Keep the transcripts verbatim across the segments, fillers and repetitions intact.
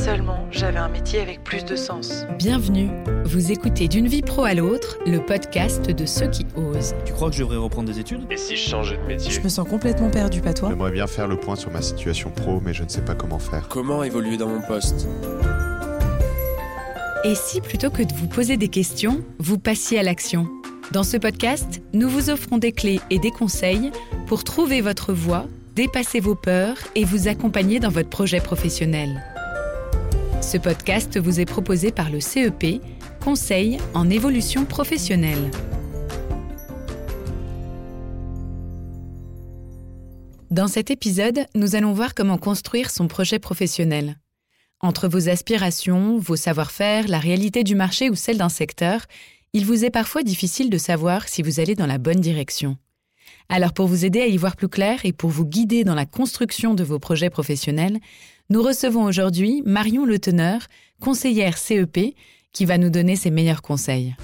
seulement j'avais un métier avec plus de sens. Bienvenue, vous écoutez D'une vie pro à l'autre, le podcast de ceux qui osent. Tu crois que je devrais reprendre des études ? Et si je changeais de métier ? Je me sens complètement perdu, pas toi ? J'aimerais bien faire le point sur ma situation pro, mais je ne sais pas comment faire. Comment évoluer dans mon poste ? Et si plutôt que de vous poser des questions, vous passiez à l'action ? Dans ce podcast, nous vous offrons des clés et des conseils pour trouver votre voie, dépasser vos peurs et vous accompagner dans votre projet professionnel. Ce podcast vous est proposé par le C E P, Conseil en évolution professionnelle. Dans cet épisode, nous allons voir comment construire son projet professionnel. Entre vos aspirations, vos savoir-faire, la réalité du marché ou celle d'un secteur, il vous est parfois difficile de savoir si vous allez dans la bonne direction. Alors pour vous aider à y voir plus clair et pour vous guider dans la construction de vos projets professionnels, nous recevons aujourd'hui Marion Le Teneur, conseillère C E P, qui va nous donner ses meilleurs conseils.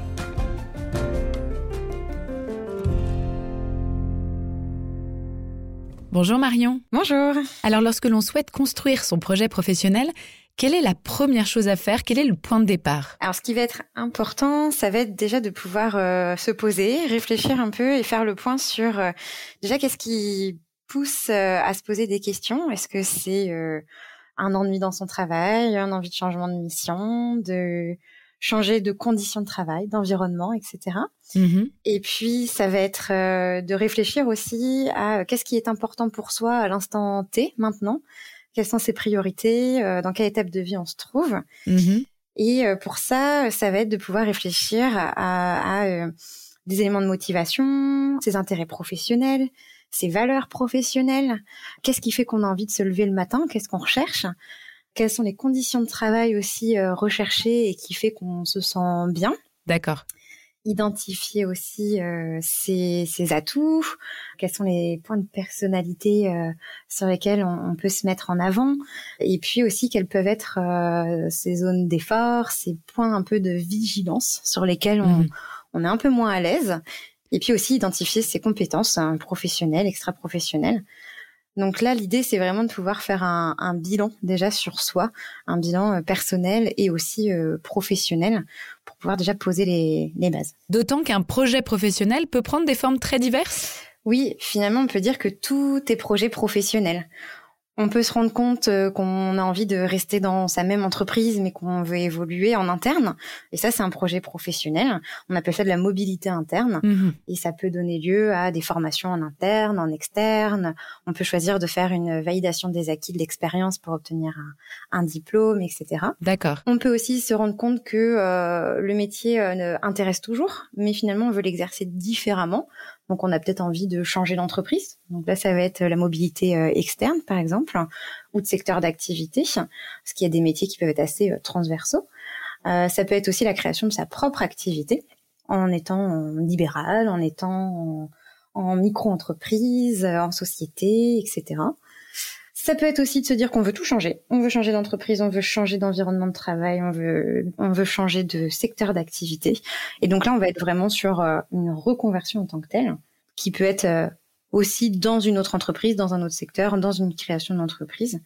Bonjour Marion. Bonjour. Alors lorsque l'on souhaite construire son projet professionnel, quelle est la première chose à faire ? Quel est le point de départ ? Alors, ce qui va être important, ça va être déjà de pouvoir euh, se poser, réfléchir un peu et faire le point sur euh, déjà qu'est-ce qui pousse euh, à se poser des questions. Est-ce que c'est euh, un ennui dans son travail, un envie de changement de mission, de changer de conditions de travail, d'environnement, et cetera. Mm-hmm. Et puis, ça va être euh, de réfléchir aussi à euh, qu'est-ce qui est important pour soi à l'instant T, maintenant. Quelles sont ses priorités, euh, dans quelle étape de vie on se trouve. Mmh. Et euh, pour ça, ça va être de pouvoir réfléchir à, à, à euh, des éléments de motivation, ses intérêts professionnels, ses valeurs professionnelles. Qu'est-ce qui fait qu'on a envie de se lever le matin ? Qu'est-ce qu'on recherche ? Quelles sont les conditions de travail aussi euh, recherchées et qui fait qu'on se sent bien ? D'accord. Identifier aussi euh, ses, ses atouts, quels sont les points de personnalité euh, sur lesquels on, on peut se mettre en avant, et puis aussi quelles peuvent être euh, ces zones d'effort, ces points un peu de vigilance sur lesquels on, mmh. on est un peu moins à l'aise, et puis aussi identifier ses compétences hein, professionnelles, extra-professionnelles. Donc là, l'idée, c'est vraiment de pouvoir faire un, un bilan déjà sur soi, un bilan euh, personnel et aussi euh, professionnel pour pouvoir déjà poser les, les bases. D'autant qu'un projet professionnel peut prendre des formes très diverses ? Oui, finalement, on peut dire que tout est projet professionnel. On peut se rendre compte euh, qu'on a envie de rester dans sa même entreprise, mais qu'on veut évoluer en interne. Et ça, c'est un projet professionnel. On appelle ça de la mobilité interne. Mmh. Et ça peut donner lieu à des formations en interne, en externe. On peut choisir de faire une validation des acquis de l'expérience pour obtenir un, un diplôme, et cetera. D'accord. On peut aussi se rendre compte que euh, le métier euh, intéresse toujours, mais finalement, on veut l'exercer différemment. Donc, on a peut-être envie de changer d'entreprise. Donc là, ça va être la mobilité euh, externe, par exemple, ou de secteur d'activité, parce qu'il y a des métiers qui peuvent être assez euh, transversaux. Euh, ça peut être aussi la création de sa propre activité, en étant en libéral, en étant en, en micro-entreprise, en société, et cetera. Ça peut être aussi de se dire qu'on veut tout changer. On veut changer d'entreprise, on veut changer d'environnement de travail, on veut, on veut changer de secteur d'activité. Et donc là, on va être vraiment sur euh, une reconversion en tant que telle, qui peut être euh, aussi dans une autre entreprise, dans un autre secteur, dans une création d'entreprise.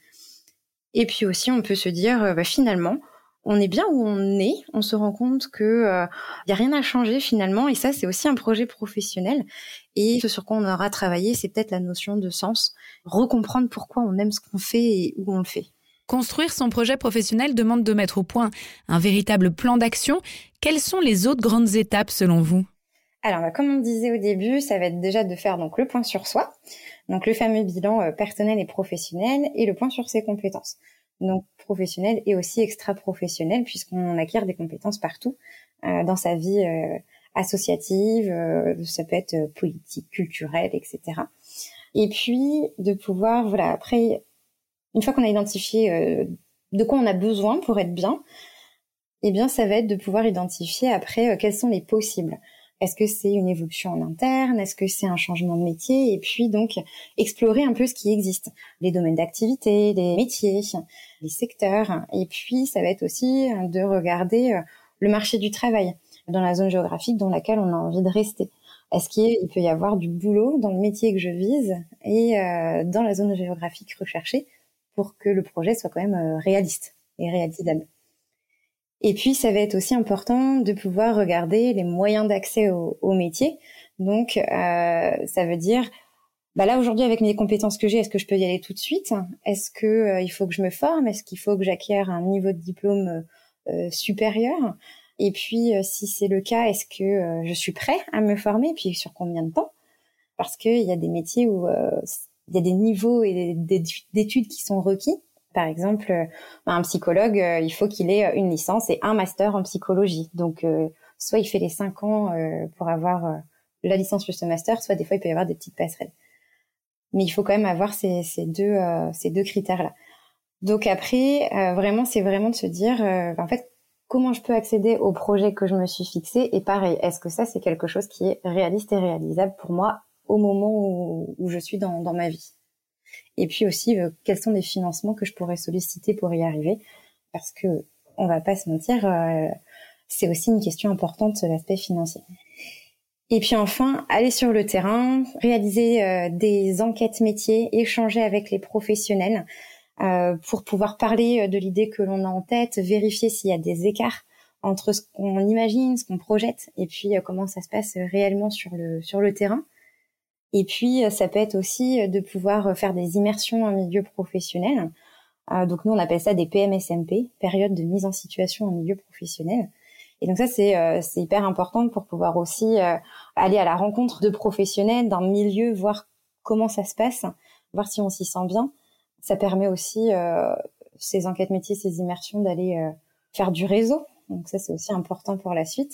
Et puis aussi, on peut se dire, euh, bah, finalement, on est bien où on est, on se rend compte que euh, y a rien à changer finalement, et ça, c'est aussi un projet professionnel. Et ce sur quoi on aura travaillé, c'est peut-être la notion de sens, recomprendre pourquoi on aime ce qu'on fait et où on le fait. Construire son projet professionnel demande de mettre au point un véritable plan d'action. Quelles sont les autres grandes étapes selon vous ? Alors, bah, comme on disait au début, ça va être déjà de faire donc le point sur soi, donc le fameux bilan euh, personnel et professionnel, et le point sur ses compétences. Donc professionnel et aussi extra-professionnel, puisqu'on acquiert des compétences partout euh, dans sa vie euh, associative, euh, ça peut être euh, politique, culturelle, et cetera. Et puis de pouvoir, voilà, après, une fois qu'on a identifié euh, de quoi on a besoin pour être bien, eh bien ça va être de pouvoir identifier après euh, quels sont les possibles. Est-ce que c'est une évolution en interne ? Est-ce que c'est un changement de métier ? Et puis donc explorer un peu ce qui existe, les domaines d'activité, les métiers, les secteurs. Et puis ça va être aussi de regarder le marché du travail dans la zone géographique dans laquelle on a envie de rester. Est-ce qu'il peut y avoir du boulot dans le métier que je vise et euh, dans la zone géographique recherchée pour que le projet soit quand même euh, réaliste et réalisable. Et puis, ça va être aussi important de pouvoir regarder les moyens d'accès au, au métier. Donc, euh, ça veut dire, bah là, aujourd'hui, avec mes compétences que j'ai, est-ce que je peux y aller tout de suite ? Est-ce que euh, il faut que je me forme ? Est-ce qu'il faut que j'acquière un niveau de diplôme euh, supérieur ? Et puis, euh, si c'est le cas, est-ce que euh, je suis prêt à me former ? Puis, sur combien de temps ? Parce qu'il y a des métiers où euh, il y a des niveaux et des, d'études qui sont requis. Par exemple, euh, un psychologue, euh, il faut qu'il ait une licence et un master en psychologie. Donc, euh, soit il fait les cinq ans euh, pour avoir euh, la licence plus le master, soit des fois, il peut y avoir des petites passerelles. Mais il faut quand même avoir ces, ces, deux, euh, ces deux critères-là. Donc après, euh, vraiment, c'est vraiment de se dire, euh, en fait, comment je peux accéder au projet que je me suis fixé ? Et pareil, est-ce que ça, c'est quelque chose qui est réaliste et réalisable pour moi au moment où, où je suis dans, dans ma vie ? Et puis aussi, euh, quels sont les financements que je pourrais solliciter pour y arriver ? Parce que, on va pas se mentir, euh, c'est aussi une question importante, l'aspect financier. Et puis enfin, aller sur le terrain, réaliser euh, des enquêtes métiers, échanger avec les professionnels euh, pour pouvoir parler de l'idée que l'on a en tête, vérifier s'il y a des écarts entre ce qu'on imagine, ce qu'on projette, et puis euh, comment ça se passe réellement sur le sur le terrain. Et puis, ça peut être aussi de pouvoir faire des immersions en milieu professionnel. Euh, donc, nous, on appelle ça des P M S M P, période de mise en situation en milieu professionnel. Et donc, ça, c'est, euh, c'est hyper important pour pouvoir aussi euh, aller à la rencontre de professionnels d'un milieu, voir comment ça se passe, voir si on s'y sent bien. Ça permet aussi, euh, ces enquêtes métiers, ces immersions, d'aller euh, faire du réseau. Donc, ça, c'est aussi important pour la suite.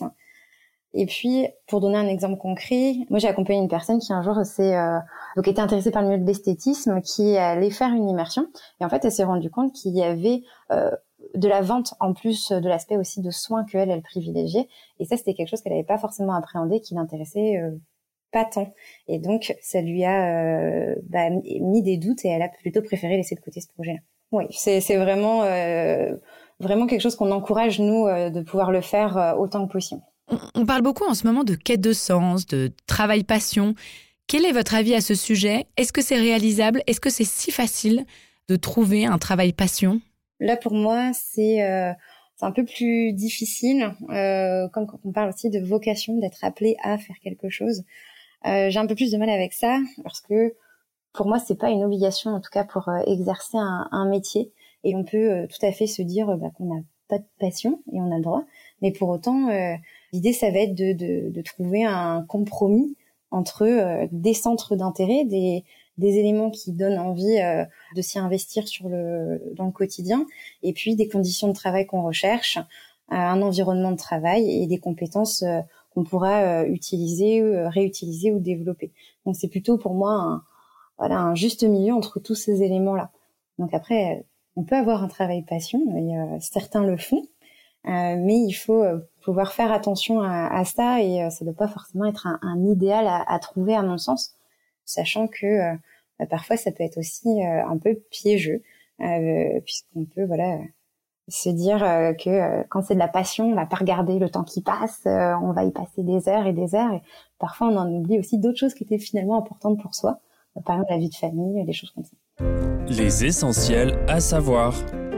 Et puis, pour donner un exemple concret, moi j'ai accompagné une personne qui un jour s'est euh, donc était intéressée par le milieu de l'esthétisme, qui allait faire une immersion. Et en fait, elle s'est rendue compte qu'il y avait euh, de la vente en plus de l'aspect aussi de soins qu'elle, elle privilégiait. Et ça, c'était quelque chose qu'elle n'avait pas forcément appréhendé, qui l'intéressait euh, pas tant. Et donc, ça lui a euh, bah, mis des doutes et elle a plutôt préféré laisser de côté ce projet-là. Oui, c'est, c'est vraiment, euh, vraiment quelque chose qu'on encourage, nous, euh, de pouvoir le faire euh, autant que possible. On parle beaucoup en ce moment de quête de sens, de travail-passion. Quel est votre avis à ce sujet ? Est-ce que c'est réalisable ? Est-ce que c'est si facile de trouver un travail-passion ? Là, pour moi, c'est, euh, c'est un peu plus difficile, euh, comme quand on parle aussi de vocation, d'être appelé à faire quelque chose. Euh, j'ai un peu plus de mal avec ça, parce que pour moi, c'est pas une obligation, en tout cas pour euh, exercer un, un métier. Et on peut euh, tout à fait se dire euh, bah, qu'on n'a pas de passion, et on a le droit. Mais pour autant... Euh, L'idée, ça va être de, de, de trouver un compromis entre euh, des centres d'intérêt, des, des éléments qui donnent envie euh, de s'y investir sur le, dans le quotidien, et puis des conditions de travail qu'on recherche, euh, un environnement de travail et des compétences euh, qu'on pourra euh, utiliser, euh, réutiliser ou développer. Donc c'est plutôt pour moi un, voilà, un juste milieu entre tous ces éléments-là. Donc après, on peut avoir un travail passion, et euh, certains le font. Euh, mais il faut euh, pouvoir faire attention à, à ça et euh, ça ne doit pas forcément être un, un idéal à, à trouver à mon sens, sachant que euh, bah, parfois ça peut être aussi euh, un peu piégeux, euh, puisqu'on peut voilà se dire euh, que euh, quand c'est de la passion, on va pas regarder le temps qui passe, euh, on va y passer des heures et des heures et parfois on en oublie aussi d'autres choses qui étaient finalement importantes pour soi, par exemple la vie de famille, des choses comme ça. Les essentiels à savoir.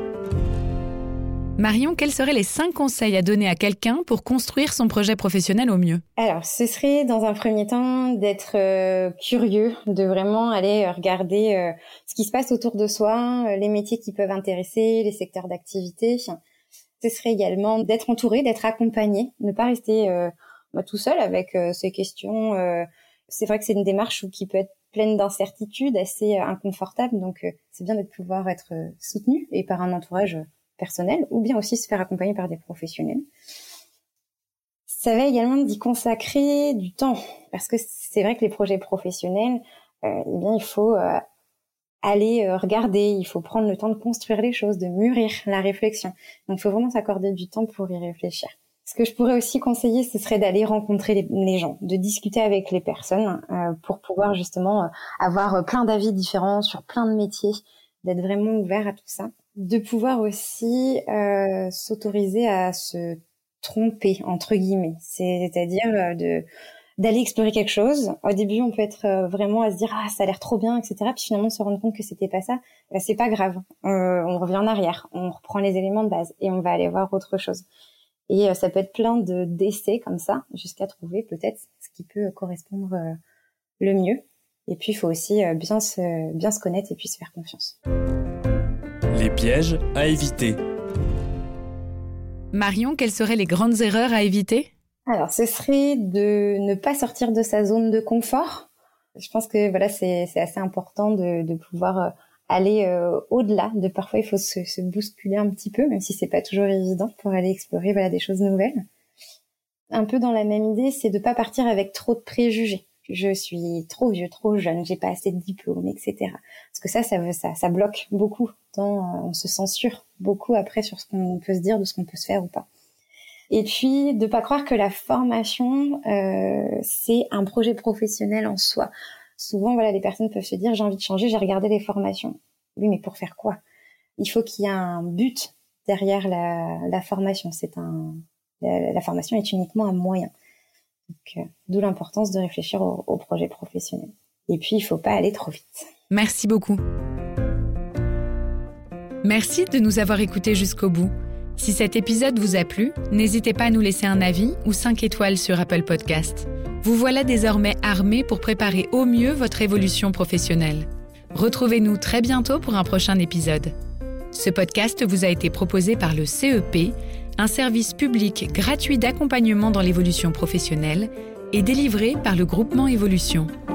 Marion, quels seraient les cinq conseils à donner à quelqu'un pour construire son projet professionnel au mieux ? Alors, ce serait dans un premier temps d'être euh, curieux, de vraiment aller regarder euh, ce qui se passe autour de soi, euh, les métiers qui peuvent intéresser, les secteurs d'activité. Ce serait également d'être entouré, d'être accompagné, ne pas rester euh, bah, tout seul avec euh, ces questions. Euh, c'est vrai que c'est une démarche qui peut être pleine d'incertitudes, assez euh, inconfortable, donc euh, c'est bien de pouvoir être euh, soutenu et par un entourage euh, personnel, ou bien aussi se faire accompagner par des professionnels. Ça va également d'y consacrer du temps, parce que c'est vrai que les projets professionnels, euh, eh bien, il faut euh, aller euh, regarder, il faut prendre le temps de construire les choses, de mûrir la réflexion. Donc, il faut vraiment s'accorder du temps pour y réfléchir. Ce que je pourrais aussi conseiller, ce serait d'aller rencontrer les, les gens, de discuter avec les personnes euh, pour pouvoir justement euh, avoir plein d'avis différents sur plein de métiers, d'être vraiment ouvert à tout ça. De pouvoir aussi euh, s'autoriser à se tromper, entre guillemets. C'est, c'est-à-dire euh, de d'aller explorer quelque chose. Au début, on peut être euh, vraiment à se dire ah ça a l'air trop bien, et cetera. Puis finalement se rendre compte que c'était pas ça. Ben, c'est pas grave. Euh, on revient en arrière, on reprend les éléments de base et on va aller voir autre chose. Et euh, ça peut être plein de d'essais comme ça jusqu'à trouver peut-être ce qui peut correspondre euh, le mieux. Et puis il faut aussi euh, bien se bien se connaître et puis se faire confiance. Les pièges à éviter. Marion, quelles seraient les grandes erreurs à éviter ? Alors, ce serait de ne pas sortir de sa zone de confort. Je pense que voilà, c'est, c'est assez important de, de pouvoir aller euh, au-delà. De parfois, il faut se, se bousculer un petit peu, même si c'est pas toujours évident pour aller explorer voilà des choses nouvelles. Un peu dans la même idée, c'est de pas partir avec trop de préjugés. Je suis trop vieux, trop jeune, j'ai pas assez de diplômes, et cetera. Parce que ça, ça, ça, ça bloque beaucoup. Dans, on se censure beaucoup après sur ce qu'on peut se dire, de ce qu'on peut se faire ou pas. Et puis, de pas croire que la formation, euh, c'est un projet professionnel en soi. Souvent, voilà, les personnes peuvent se dire, j'ai envie de changer, j'ai regardé les formations. Oui, mais pour faire quoi ? Il faut qu'il y ait un but derrière la, la formation. C'est un, la, la formation est uniquement un moyen. Donc, euh, d'où l'importance de réfléchir au, au projet professionnel. Et puis, il faut pas aller trop vite. Merci beaucoup. Merci de nous avoir écoutés jusqu'au bout. Si cet épisode vous a plu, n'hésitez pas à nous laisser un avis ou cinq étoiles sur Apple Podcast. Vous voilà désormais armés pour préparer au mieux votre évolution professionnelle. Retrouvez-nous très bientôt pour un prochain épisode. Ce podcast vous a été proposé par le C E P, un service public gratuit d'accompagnement dans l'évolution professionnelle et délivré par le groupement Évolution.